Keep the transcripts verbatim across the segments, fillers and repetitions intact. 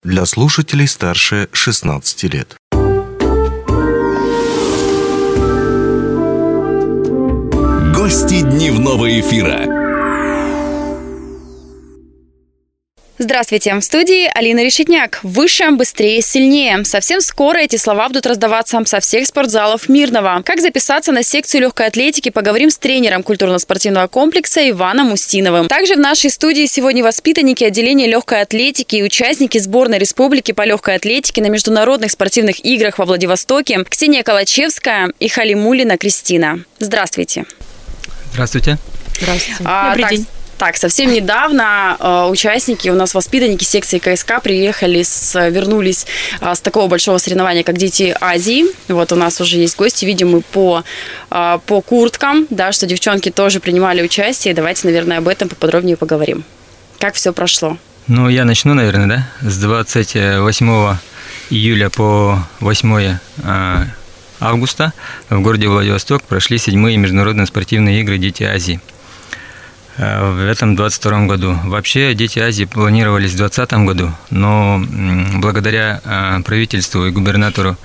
для слушателей старше шестнадцати лет. Гости дневного эфира. Здравствуйте, в студии Алина Решетняк. Выше, быстрее, сильнее. Совсем скоро эти слова будут раздаваться со всех спортзалов Мирного. Как записаться на секцию легкой атлетики, поговорим с тренером культурно-спортивного комплекса Иваном Устиновым. Также в нашей студии сегодня воспитанники отделения легкой атлетики и участники сборной республики по легкой атлетике на международных спортивных играх во Владивостоке Ксения Калачевская и Халимуллина Кристина. Здравствуйте. Здравствуйте. Здравствуйте. А, Добрый так, день. Так, совсем недавно э, участники, у нас воспитанники секции КСК приехали, с, вернулись э, с такого большого соревнования, как Дети Азии. Вот у нас уже есть гости, видим мы по, э, по курткам, да, что девчонки тоже принимали участие. Давайте, наверное, об этом поподробнее поговорим. Как все прошло? Ну, я начну, наверное, да? С двадцать восьмого июля по восьмое августа в городе Владивосток прошли седьмые международные спортивные игры «Дети Азии». В этом двадцать втором году. Вообще Дети Азии планировались в двадцатом году, но благодаря правительству и губернатору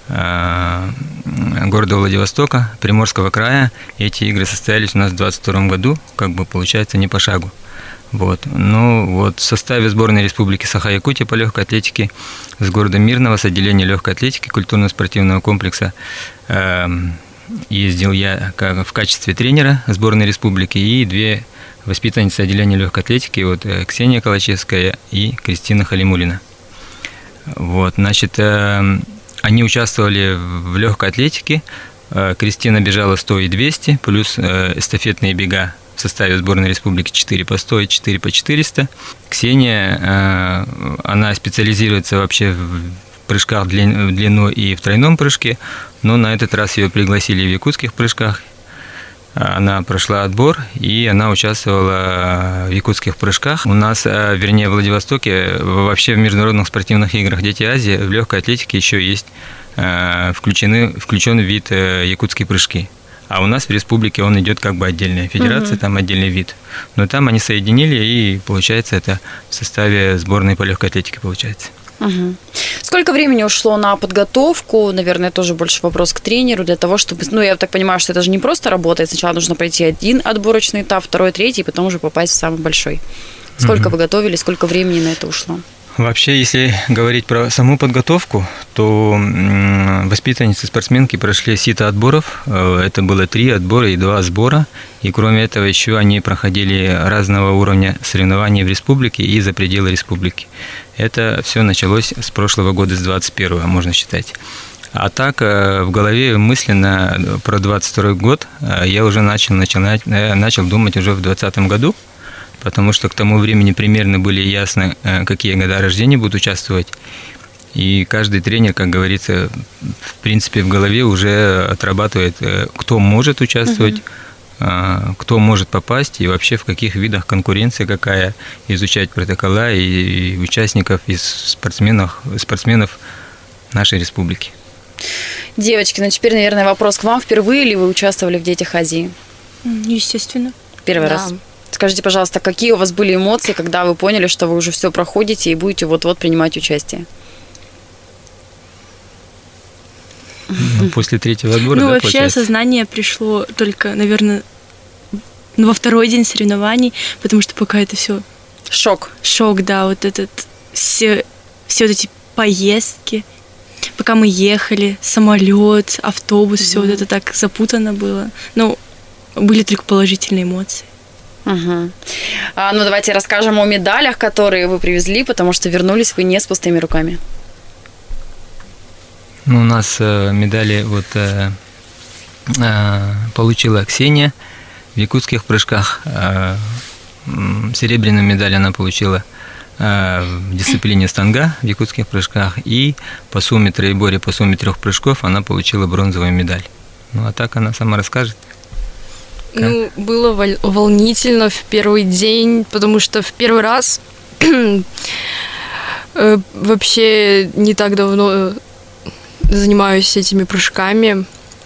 города Владивостока, Приморского края, эти игры состоялись у нас в двадцать втором году, как бы получается не по шагу. Вот. Ну вот в составе сборной республики Саха-Якутия по легкой атлетике с города Мирного, с отделения легкой атлетики культурно-спортивного комплекса э, ездил я как, в качестве тренера сборной республики и две воспитанницы отделения легкой атлетики, вот Ксения Калачевская и Кристина Халимуллина. Вот, значит, э, они участвовали в легкой атлетике. Э, Кристина бежала сто и двести, плюс э, эстафетные бега в составе сборной республики четыре по сто и четыре по четыреста. Ксения, э, она специализируется вообще в прыжках в длину и в тройном прыжке, но на этот раз ее пригласили в якутских прыжках. Она прошла отбор, и она участвовала в якутских прыжках. У нас, вернее, в Владивостоке, вообще в международных спортивных играх «Дети Азии» в легкой атлетике еще есть включены, включен вид якутские прыжки. А у нас в республике он идет как бы отдельная федерация, угу. Там отдельный вид. Но там они соединили, и получается это в составе сборной по легкой атлетике получается. Угу. Сколько времени ушло на подготовку? Наверное, тоже больше вопрос к тренеру для того, чтобы... Ну, я так понимаю, что это же не просто работает. Сначала нужно пройти один отборочный этап, второй, третий, и потом уже попасть в самый большой. Сколько угу. вы готовили, сколько времени на это ушло? Вообще, если говорить про саму подготовку, то воспитанницы спортсменки прошли сито отборов. Это было три отбора и два сбора. И кроме этого еще они проходили разного уровня соревнований в республике и за пределы республики. Это все началось с прошлого года, с двадцать первого, можно считать. А так в голове мысленно про двадцать второй год я уже начал, начинать, начал думать уже в двадцатом году. Потому что к тому времени примерно были ясны, какие года рождения будут участвовать. И каждый тренер, как говорится, в принципе, в голове уже отрабатывает, кто может участвовать, угу. кто может попасть, и вообще в каких видах конкуренции какая, изучать протокола и участников, и спортсменов, спортсменов нашей республики. Девочки, ну теперь, наверное, вопрос к вам. Впервые ли вы участвовали в «Детях Азии»? Естественно. Первый да. раз? Скажите, пожалуйста, какие у вас были эмоции, когда вы поняли, что вы уже все проходите и будете вот-вот принимать участие? Ну, после третьего отбора, Ну, да, вообще получается? осознание пришло только, наверное, во второй день соревнований, потому что пока это все... Шок. Шок, да, вот этот... Все, все вот эти поездки, пока мы ехали, самолет, автобус, mm-hmm. все вот это так запутано было. Ну, были только положительные эмоции. Угу. А, ну, давайте расскажем о медалях, которые вы привезли, потому что вернулись вы не с пустыми руками. Ну, у нас э, медали вот, э, э, получила Ксения в якутских прыжках. Э, серебряную медаль она получила э, в дисциплине станга в якутских прыжках. И по сумме троеборья, по сумме трех прыжков она получила бронзовую медаль. Ну, а так она сама расскажет. Как? Ну, было волнительно в первый день, потому что в первый раз вообще не так давно занимаюсь этими прыжками.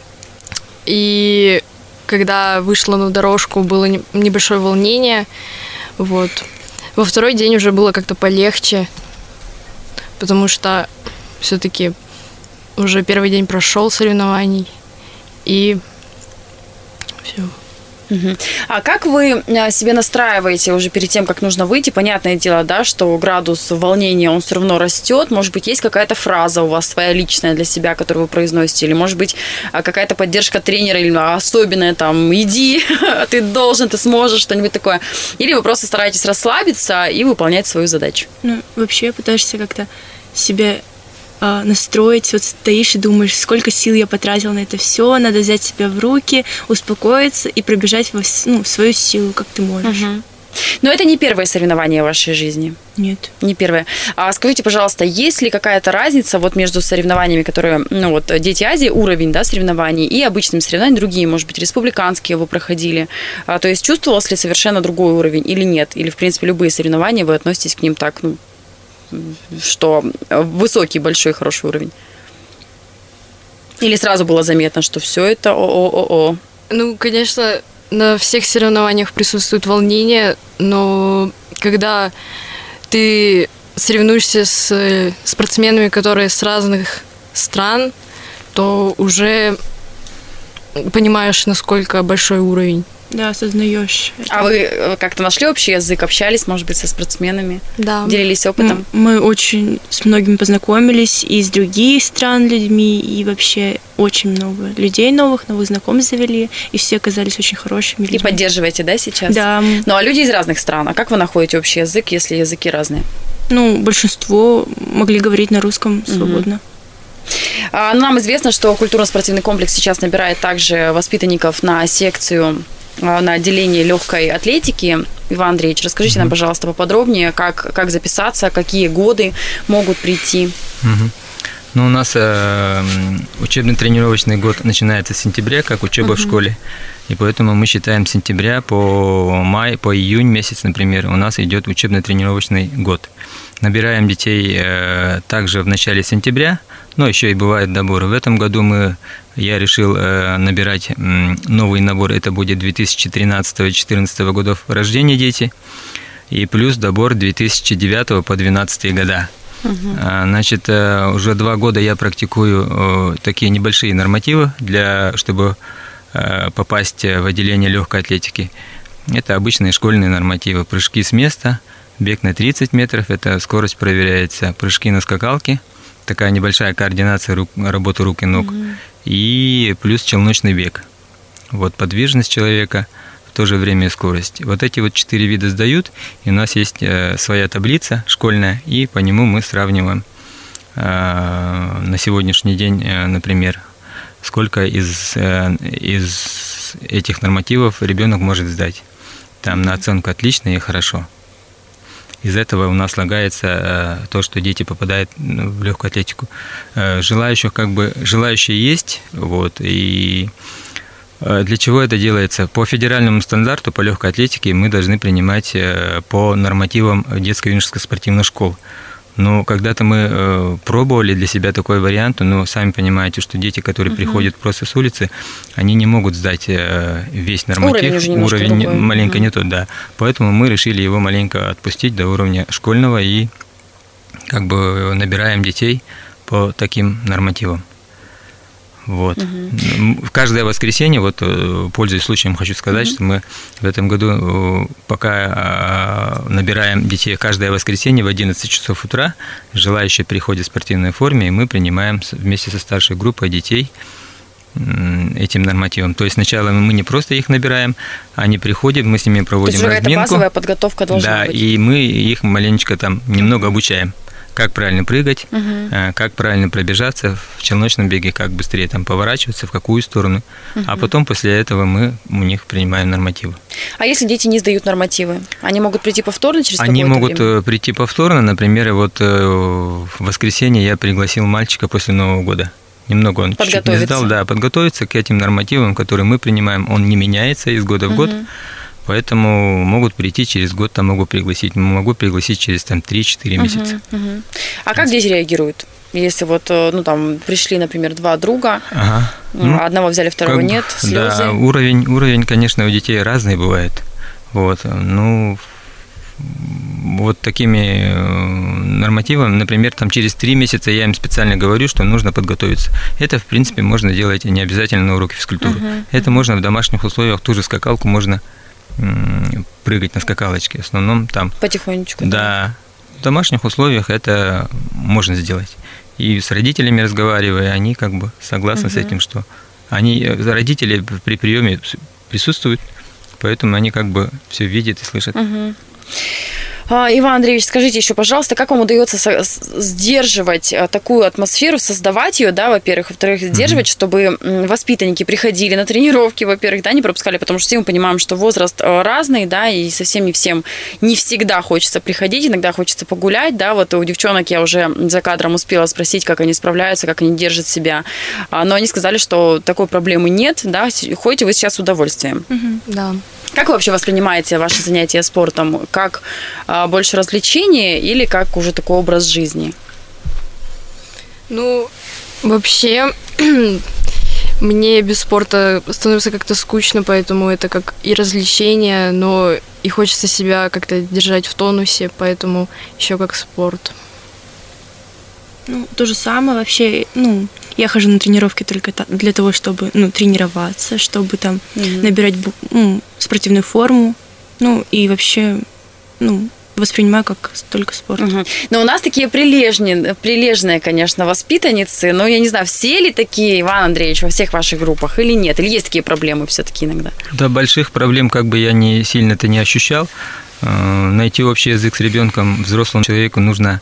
И когда вышла на дорожку, было небольшое волнение. Вот. Во второй день уже было как-то полегче. потому что все-таки уже первый день прошел соревнований, и все. Угу. А как вы себе настраиваете уже перед тем, как нужно выйти? Понятное дело, да, что градус волнения, он все равно растет. Может быть, есть какая-то фраза у вас своя личная для себя, которую вы произносите? Или, может быть, какая-то поддержка тренера, или особенная там «иди, ты должен, ты сможешь», что-нибудь такое? Или вы просто стараетесь расслабиться и выполнять свою задачу? Ну, вообще пытаешься как-то себя настроить, вот стоишь и думаешь, сколько сил я потратил на это все, надо взять себя в руки, успокоиться и пробежать во, ну, в свою силу, как ты можешь. Угу. Но это не первое соревнование в вашей жизни? Нет. Не первое. А скажите, пожалуйста, есть ли какая-то разница вот между соревнованиями, которые, ну вот, Дети Азии, уровень, да, соревнований, и обычными соревнованиями, другие, может быть, республиканские вы проходили? А, то есть чувствовался ли совершенно другой уровень или нет? Или, в принципе, любые соревнования, вы относитесь к ним так, ну, что высокий, большой, хороший уровень? Или сразу было заметно, что все это о-о-о-о? Ну, конечно, на всех соревнованиях присутствует волнение, но когда ты соревнуешься с спортсменами, которые с разных стран, то уже понимаешь, насколько большой уровень. Да, осознаешь. А вы как-то нашли общий язык, общались, может быть, со спортсменами? Да. Делились опытом? Мы очень с многими познакомились, и из других стран людьми, и вообще очень много людей новых, новых знакомств завели, и все оказались очень хорошими людьми. И поддерживаете, да, сейчас? Да. Ну, а люди из разных стран, а как вы находите общий язык, если языки разные? Ну, большинство могли говорить на русском свободно. Угу. Нам известно, что культурно-спортивный комплекс сейчас набирает также воспитанников на секцию, на отделение легкой атлетики. Иван Андреевич, расскажите mm-hmm. нам, пожалуйста, поподробнее, как, как записаться, какие годы могут прийти. Mm-hmm. Ну, у нас э, учебно-тренировочный год начинается с сентября, как учеба mm-hmm. в школе. И поэтому мы считаем с сентября по май, по июнь месяц, например, у нас идет учебно-тренировочный год. Набираем детей э, также в начале сентября, но еще и бывают доборы. В этом году мы, я решил э, набирать э, новый набор, это будет две тысячи тринадцатого - две тысячи четырнадцатого годов рождения дети, и плюс добор две тысячи девятого по две тысячи двенадцатый года. Угу. Значит, уже два года я практикую такие небольшие нормативы, для, чтобы попасть в отделение легкой атлетики. Это обычные школьные нормативы. Прыжки с места, бег на тридцать метров, это скорость проверяется, прыжки на скакалке, такая небольшая координация рук, работы рук и ног, угу. и плюс челночный бег. Вот подвижность человека, в то же время и скорость. Вот эти вот четыре вида сдают, и у нас есть своя таблица школьная, и по нему мы сравниваем на сегодняшний день, например, сколько из, из этих нормативов ребенок может сдать. Там на оценку отлично и хорошо. Из этого у нас слагается то, что дети попадают в легкую атлетику. Желающих, как бы, желающие есть, вот, и для чего это делается? По федеральному стандарту по легкой атлетике мы должны принимать по нормативам детско-юношеских спортивных школ. Но когда-то мы пробовали для себя такой вариант, но сами понимаете, что дети, которые угу. приходят просто с улицы, они не могут сдать весь норматив. Уровень, уровень другой. маленько угу. не тот, да. Поэтому мы решили его маленько отпустить до уровня школьного и как бы набираем детей по таким нормативам. Вот. Угу. Каждое воскресенье, вот, пользуясь случаем, хочу сказать, угу. что мы в этом году пока набираем детей каждое воскресенье в одиннадцать часов утра, желающие приходят в спортивной форме, и мы принимаем вместе со старшей группой детей этим нормативом. То есть сначала мы не просто их набираем, они приходят, мы с ними проводим разминку. То есть какая-то базовая подготовка должна да, быть. Да, и мы их маленечко там немного обучаем. Как правильно прыгать, uh-huh. как правильно пробежаться в челночном беге, как быстрее там поворачиваться, в какую сторону. Uh-huh. А потом после этого мы у них принимаем нормативы. А если дети не сдают нормативы, они могут прийти повторно через какое-то время? Они могут время? прийти повторно. Например, вот в воскресенье я пригласил мальчика после Нового года. Немного он чуть-чуть не сдал, да, подготовиться к этим нормативам, которые мы принимаем. Он не меняется из года в uh-huh. год. Поэтому могут прийти через год, там могу пригласить, могу пригласить через там три-четыре месяца. Uh-huh, uh-huh. А как дети реагируют? Если вот, ну, там, пришли, например, два друга, ага. ну, одного взяли, второго как, нет, слезы? Да, уровень, уровень, конечно, у детей разный бывает. Вот, ну, вот такими нормативами, например, там через три месяца я им специально говорю, что нужно подготовиться. Это, в принципе, можно делать не обязательно на уроке физкультуры. Uh-huh. Это можно в домашних условиях, ту же скакалку можно м- прыгать на скакалочке. В основном там... Потихонечку. Да. да. В домашних условиях это можно сделать. И с родителями разговаривая, они как бы согласны uh-huh. с этим, что они, родители при приеме присутствуют, поэтому они как бы все видят и слышат. Uh-huh. Иван Андреевич, скажите еще, пожалуйста, как вам удается сдерживать такую атмосферу, создавать ее, да, во-первых, во-вторых, сдерживать, mm-hmm. чтобы воспитанники приходили на тренировки, во-первых, да, не пропускали, потому что все мы понимаем, что возраст разный, да, и совсем не всем, не всегда хочется приходить, иногда хочется погулять, да, вот у девчонок я уже за кадром успела спросить, как они справляются, как они держат себя, но они сказали, что такой проблемы нет, да, ходите вы сейчас с удовольствием. Mm-hmm. Да. Как вы вообще воспринимаете ваши занятия спортом? Как а, больше развлечения или как уже такой образ жизни? Ну, вообще, мне без спорта становится как-то скучно, поэтому это как и развлечение, но и хочется себя как-то держать в тонусе, поэтому еще как спорт. Ну, то же самое вообще, ну, я хожу на тренировки только для того, чтобы, ну, тренироваться, чтобы там mm-hmm. набирать, ну, спортивную форму, ну, и вообще, ну, воспринимаю как только спорт. Угу. Но у нас такие прилежные, прилежные, конечно, воспитанницы, но я не знаю, все ли такие, Иван Андреевич, во всех ваших группах или нет, или есть такие проблемы все-таки иногда? Да, больших проблем как бы я не сильно-то не ощущал. Найти общий язык с ребенком, взрослому человеку нужно...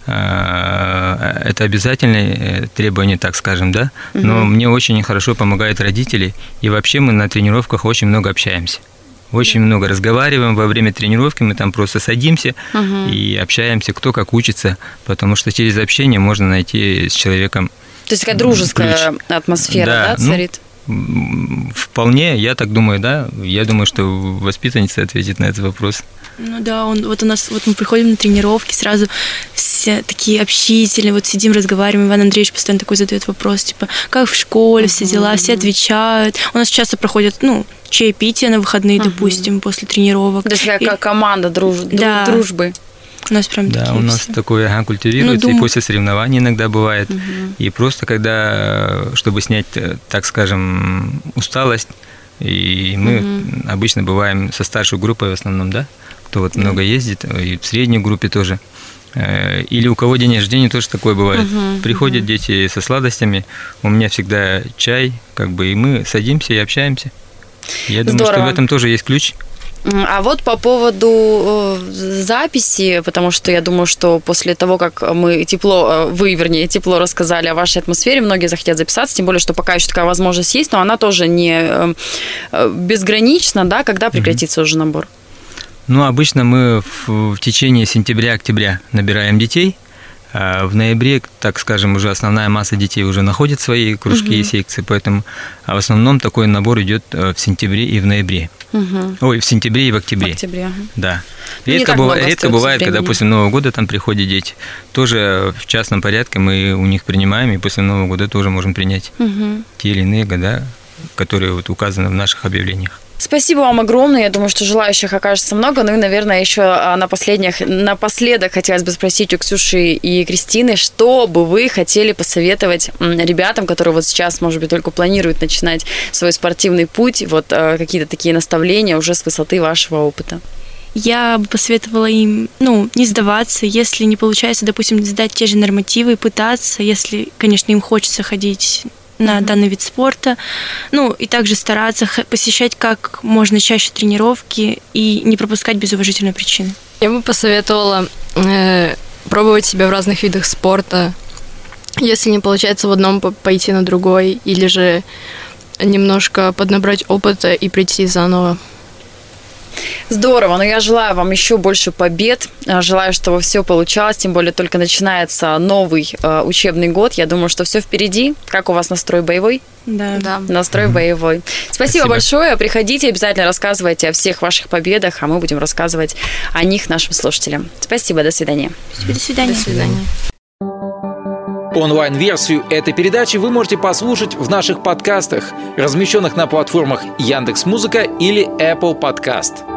Это обязательное требование, так скажем, да. Но угу. мне очень хорошо помогают родители, и вообще мы на тренировках очень много общаемся. Очень да. много разговариваем во время тренировки, мы там просто садимся угу. и общаемся, кто как учится, потому что через общение можно найти с человеком. То есть такая дружеская ключ. Атмосфера, да, да царит? Ну, вполне, я так думаю, да. Я думаю, что воспитанница ответит на этот вопрос. Ну да, он, вот у нас, вот мы приходим на тренировки, сразу все такие общительные, вот сидим, разговариваем, Иван Андреевич постоянно такой задает вопрос, типа, как в школе, все дела, uh-huh. все отвечают. У нас часто проходят, ну, чаепития на выходные, uh-huh. допустим, после тренировок. То есть такая команда друж... да. дружбы. У нас прям да, у нас все. Такое ага, культивируется, ну, и после соревнований иногда бывает. Угу. И просто когда, чтобы снять, так скажем, усталость, и мы угу. обычно бываем со старшей группой в основном, да, кто вот много ездит, и в средней группе тоже. Или у кого день рождения тоже такое бывает. Угу. Приходят угу. дети со сладостями, у меня всегда чай, как бы, и мы садимся и общаемся. Я Здорово. думаю, что в этом тоже есть ключ. А вот по поводу записи, потому что я думаю, что после того, как мы тепло, вы, вернее, тепло рассказали о вашей атмосфере, многие захотят записаться, тем более, что пока еще такая возможность есть, но она тоже не безгранична, да, когда прекратится mm-hmm. уже набор? Ну, обычно мы в, в течение сентября-октября набираем детей. А в ноябре, так скажем, уже основная масса детей уже находит свои кружки угу. и секции, поэтому а в основном такой набор идет в сентябре и в ноябре. Угу. Ой, в сентябре и в октябре. В октябре. Да. Редко, бывает, редко бывает, когда после Нового года там приходят дети. Тоже в частном порядке мы у них принимаем, и после Нового года тоже можем принять угу. те или иные года, которые вот указаны в наших объявлениях. Спасибо вам огромное. Я думаю, что желающих окажется много. Ну и, наверное, еще на последних, напоследок хотелось бы спросить у Ксюши и Кристины, что бы вы хотели посоветовать ребятам, которые вот сейчас, может быть, только планируют начинать свой спортивный путь, вот какие-то такие наставления уже с высоты вашего опыта? Я бы посоветовала им, ну, не сдаваться, если не получается, допустим, сдать те же нормативы, пытаться, если, конечно, им хочется ходить на mm-hmm. данный вид спорта. Ну, и также стараться посещать как можно чаще тренировки и не пропускать без уважительной причины. Я бы посоветовала э, пробовать себя в разных видах спорта. Если не получается в одном, пойти на другой, или же немножко поднабрать опыта и прийти заново. Здорово, но я желаю вам еще больше побед, желаю, чтобы все получалось, тем более только начинается новый э, учебный год, я думаю, что все впереди. Как у вас настрой боевой? Да. да. Настрой mm-hmm. боевой. Спасибо, Спасибо большое, приходите, обязательно рассказывайте о всех ваших победах, а мы будем рассказывать о них нашим слушателям. Спасибо, до свидания. До свидания. До свидания. Онлайн-версию этой передачи вы можете послушать в наших подкастах, размещенных на платформах Яндекс.Музыка или Apple Podcast.